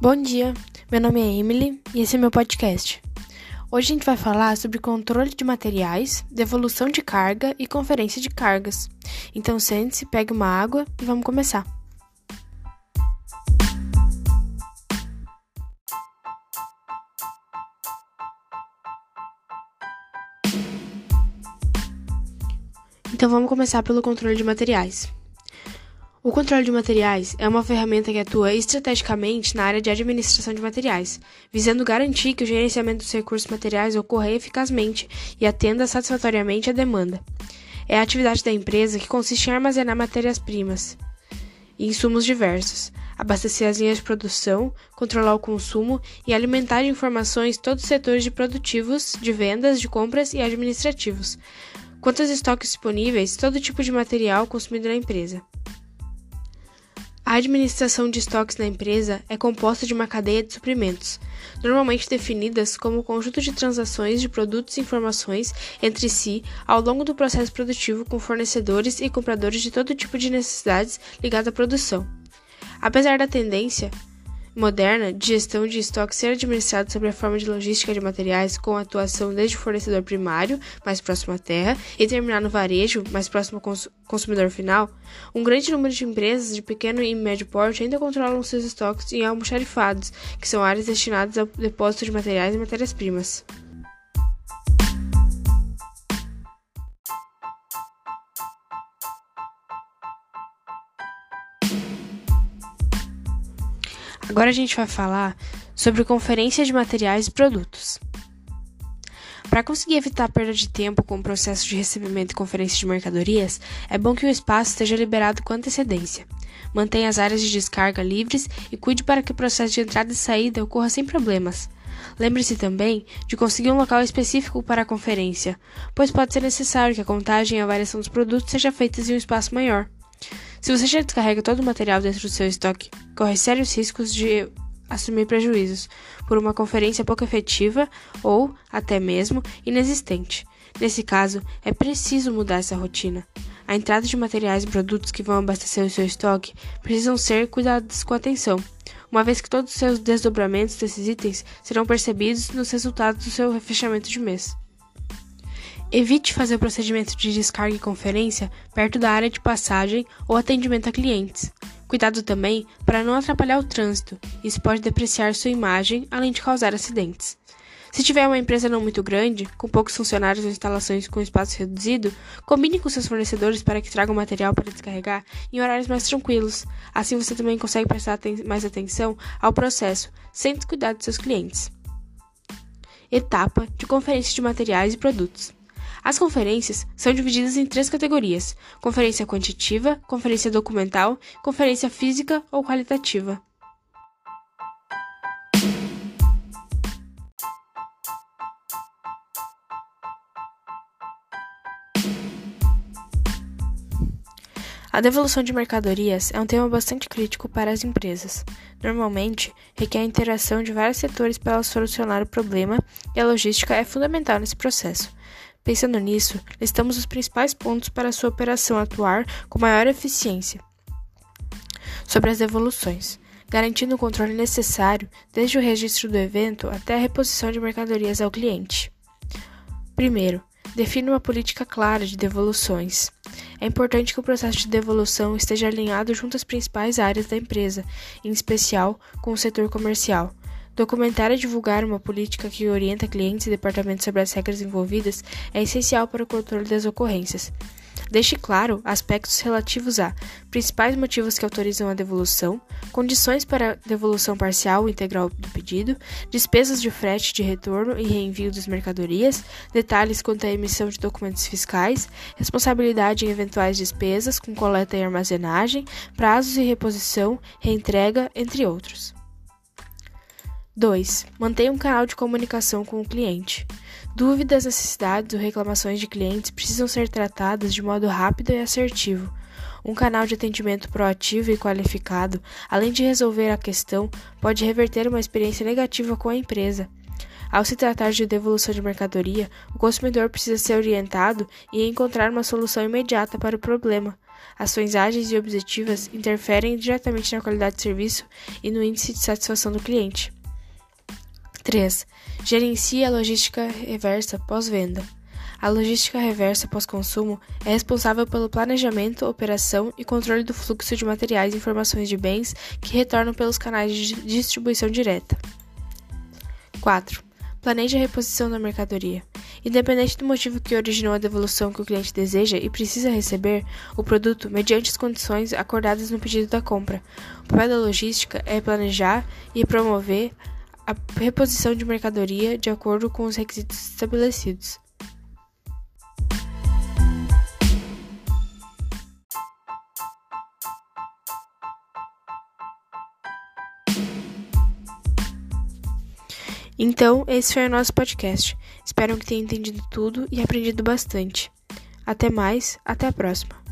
Bom dia, meu nome é Emily e esse é meu podcast. Hoje a gente vai falar sobre controle de materiais, devolução de carga e conferência de cargas. Então sente-se, pegue uma água e vamos começar. Então vamos começar pelo controle de materiais. O controle de materiais é uma ferramenta que atua estrategicamente na área de administração de materiais, visando garantir que o gerenciamento dos recursos materiais ocorra eficazmente e atenda satisfatoriamente à demanda. É a atividade da empresa que consiste em armazenar matérias-primas e insumos diversos, abastecer as linhas de produção, controlar o consumo e alimentar de informações todos os setores de produtivos, de vendas, de compras e administrativos, quanto aos estoques disponíveis, todo tipo de material consumido na empresa. A administração de estoques na empresa é composta de uma cadeia de suprimentos, normalmente definidas como um conjunto de transações de produtos e informações entre si ao longo do processo produtivo com fornecedores e compradores de todo tipo de necessidades ligadas à produção. Apesar da tendência moderna de gestão de estoque ser administrado sob a forma de logística de materiais com atuação desde o fornecedor primário, mais próximo à terra, e terminar no varejo, mais próximo ao consumidor final, um grande número de empresas de pequeno e médio porte ainda controlam seus estoques em almoxarifados, que são áreas destinadas ao depósito de materiais e matérias-primas. Agora a gente vai falar sobre conferência de materiais e produtos. Para conseguir evitar a perda de tempo com o processo de recebimento e conferência de mercadorias, é bom que o espaço esteja liberado com antecedência. Mantenha as áreas de descarga livres e cuide para que o processo de entrada e saída ocorra sem problemas. Lembre-se também de conseguir um local específico para a conferência, pois pode ser necessário que a contagem e a avaliação dos produtos seja feita em um espaço maior. Se você já descarrega todo o material dentro do seu estoque, corre sérios riscos de assumir prejuízos por uma conferência pouco efetiva ou, até mesmo, inexistente. Nesse caso, é preciso mudar essa rotina. A entrada de materiais e produtos que vão abastecer o seu estoque precisam ser cuidados com atenção, uma vez que todos os seus desdobramentos desses itens serão percebidos nos resultados do seu fechamento de mês. Evite fazer o procedimento de descarga e conferência perto da área de passagem ou atendimento a clientes. Cuidado também para não atrapalhar o trânsito, isso pode depreciar sua imagem, além de causar acidentes. Se tiver uma empresa não muito grande, com poucos funcionários ou instalações com espaço reduzido, combine com seus fornecedores para que tragam material para descarregar em horários mais tranquilos. Assim você também consegue prestar mais atenção ao processo, sem descuidar dos seus clientes. Etapa de conferência de materiais e produtos. As conferências são divididas em 3 categorias: conferência quantitativa, conferência documental, conferência física ou qualitativa. A devolução de mercadorias é um tema bastante crítico para as empresas. Normalmente, requer a interação de vários setores para solucionar o problema e a logística é fundamental nesse processo. Pensando nisso, listamos os principais pontos para a sua operação atuar com maior eficiência. Sobre as devoluções, garantindo o controle necessário desde o registro do evento até a reposição de mercadorias ao cliente. Primeiro, defina uma política clara de devoluções. É importante que o processo de devolução esteja alinhado junto às principais áreas da empresa, em especial com o setor comercial. Documentar e divulgar uma política que orienta clientes e departamentos sobre as regras envolvidas é essencial para o controle das ocorrências. Deixe claro aspectos relativos a principais motivos que autorizam a devolução, condições para devolução parcial ou integral do pedido, despesas de frete de retorno e reenvio das mercadorias, detalhes quanto à emissão de documentos fiscais, responsabilidade em eventuais despesas com coleta e armazenagem, prazos e reposição, reentrega, entre outros. 2. Mantenha um canal de comunicação com o cliente. Dúvidas, necessidades ou reclamações de clientes precisam ser tratadas de modo rápido e assertivo. Um canal de atendimento proativo e qualificado, além de resolver a questão, pode reverter uma experiência negativa com a empresa. Ao se tratar de devolução de mercadoria, o consumidor precisa ser orientado e encontrar uma solução imediata para o problema. Ações ágeis e objetivas interferem diretamente na qualidade de serviço e no índice de satisfação do cliente. 3. Gerencie a logística reversa pós-venda. A logística reversa pós-consumo é responsável pelo planejamento, operação e controle do fluxo de materiais e informações de bens que retornam pelos canais de distribuição direta. 4. Planeje a reposição da mercadoria. Independente do motivo que originou a devolução que o cliente deseja e precisa receber o produto mediante as condições acordadas no pedido da compra. O papel da logística é planejar e promover a reposição de mercadoria de acordo com os requisitos estabelecidos. Então, esse foi o nosso podcast. Espero que tenha entendido tudo e aprendido bastante. Até mais, até a próxima.